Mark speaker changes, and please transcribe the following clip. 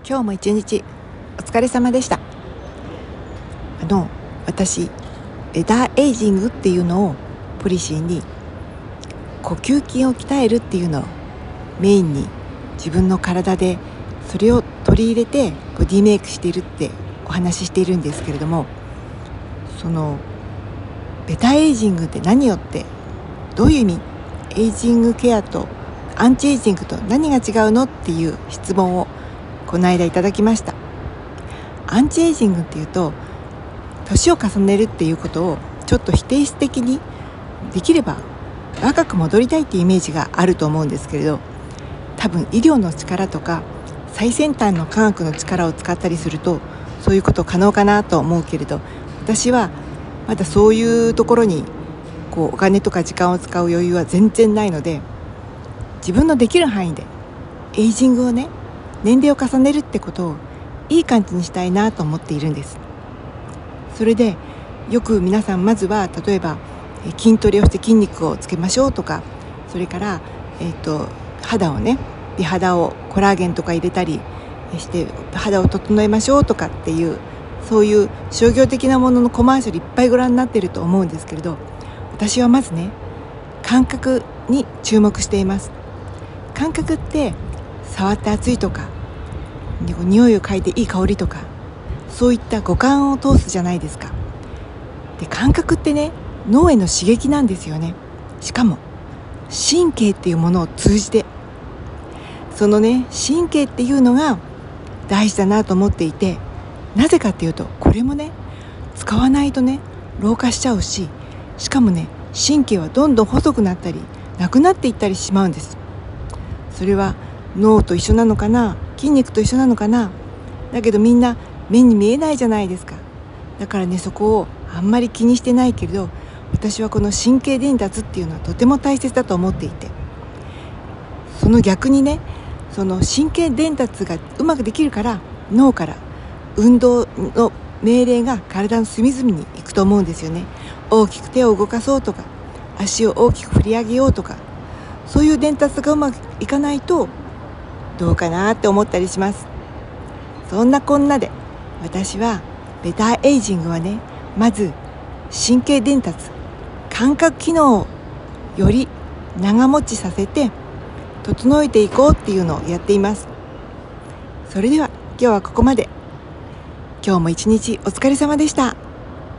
Speaker 1: 今日も一日お疲れ様でした。私ベターエイジングっていうのをポリシーに、呼吸筋を鍛えるっていうのをメインに自分の体でそれを取り入れてボディメイクしているってお話ししているんですけれども、そのベターエイジングって何よって、どういう意味、エイジングケアとアンチエイジングと何が違うのっていう質問をこの間いただきました。アンチエイジングっていうと、年を重ねるっていうことをちょっと否定的に、できれば若く戻りたいっていうイメージがあると思うんですけれど、多分医療の力とか最先端の科学の力を使ったりするとそういうこと可能かなと思うけれど、私はまだそういうところにお金とか時間を使う余裕は全然ないので、自分のできる範囲でエイジングをね、年齢を重ねるってことをいい感じにしたいなと思っているんです。それでよく皆さん、まずは例えば筋トレをして筋肉をつけましょうとか、それから、肌をね、美肌をコラーゲンとか入れたりして肌を整えましょうとかっていう、そういう商業的なもののコマーシャルいっぱいご覧になっていると思うんですけれど、私はまずね、感覚に注目しています。感覚って触って熱いとか、匂いを嗅いでいい香りとか、そういった五感を通すじゃないですか。で、感覚ってね、脳への刺激なんですよね。しかも神経っていうものを通じて、そのね、神経っていうのが大事だなと思っていて、なぜかっていうと、これもね、使わないとね、老化しちゃうし、しかもね、神経はどんどん細くなったりなくなっていったりしまうんです。それは脳と一緒なのかな、筋肉と一緒なのかな。だけどみんな目に見えないじゃないですか。だからね、そこをあんまり気にしてないけれど、私はこの神経伝達っていうのはとても大切だと思っていて、その逆にね、その神経伝達がうまくできるから、脳から運動の命令が体の隅々に行くと思うんですよね。大きく手を動かそうとか、足を大きく振り上げようとか、そういう伝達がうまくいかないとどうかなって思ったりします。そんなこんなで、私はベターエイジングはね、まず神経伝達、感覚機能をより長持ちさせて整えていこうっていうのをやっています。それでは今日はここまで。今日も一日お疲れ様でした。